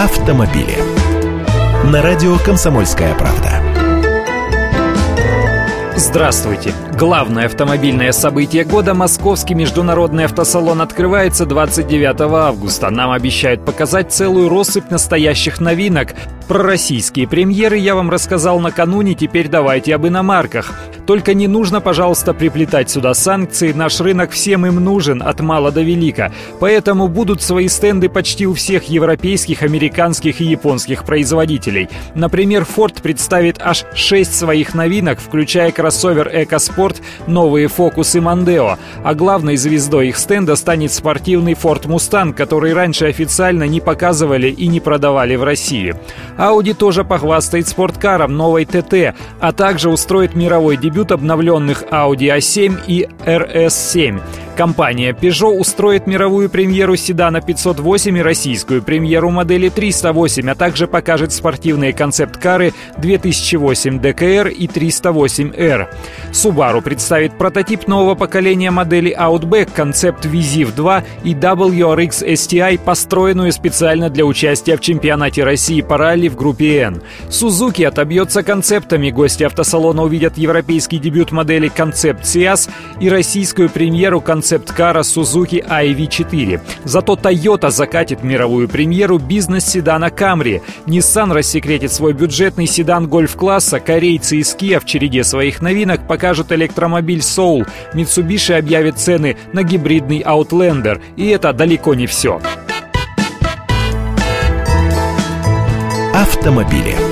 автомобили. На радио «Комсомольская правда». Здравствуйте! Главное автомобильное событие года — Московский международный автосалон открывается 29 августа. Нам обещают показать целую россыпь настоящих новинок. Про российские премьеры я вам рассказал накануне, теперь давайте об иномарках. Только не нужно, пожалуйста, приплетать сюда санкции, наш рынок всем им нужен, от мала до велика. Поэтому будут свои стенды почти у всех европейских, американских и японских производителей. Например, Ford представит аж 6 своих новинок, включая кроссовер EcoSport, новые Focus и Mondeo. А главной звездой их стенда станет спортивный Ford Mustang, который раньше официально не показывали и не продавали в России. Audi тоже похвастает спорткаром новой TT, а также устроит мировой дебют обновленных Audi A7 и RS7. Компания Peugeot устроит мировую премьеру седана 508 и российскую премьеру модели 308, а также покажет спортивные концепт-кары 2008 DKR и 308R. Subaru представит прототип нового поколения модели Outback, концепт Visiv 2 и WRX STI, построенную специально для участия в чемпионате России по ралли в группе N. Suzuki отобьется концептами. Гости автосалона увидят европейский дебют модели Concept Ciaz и российскую премьеру концепт-кара Suzuki AEV4. Зато Toyota закатит мировую премьеру бизнес-седана Camry. Nissan рассекретит свой бюджетный седан гольф-класса. Корейцы из Kia в череде своих новинок покажут электромобиль Soul. Mitsubishi объявит цены на гибридный Outlander. И это далеко не все. Автомобили.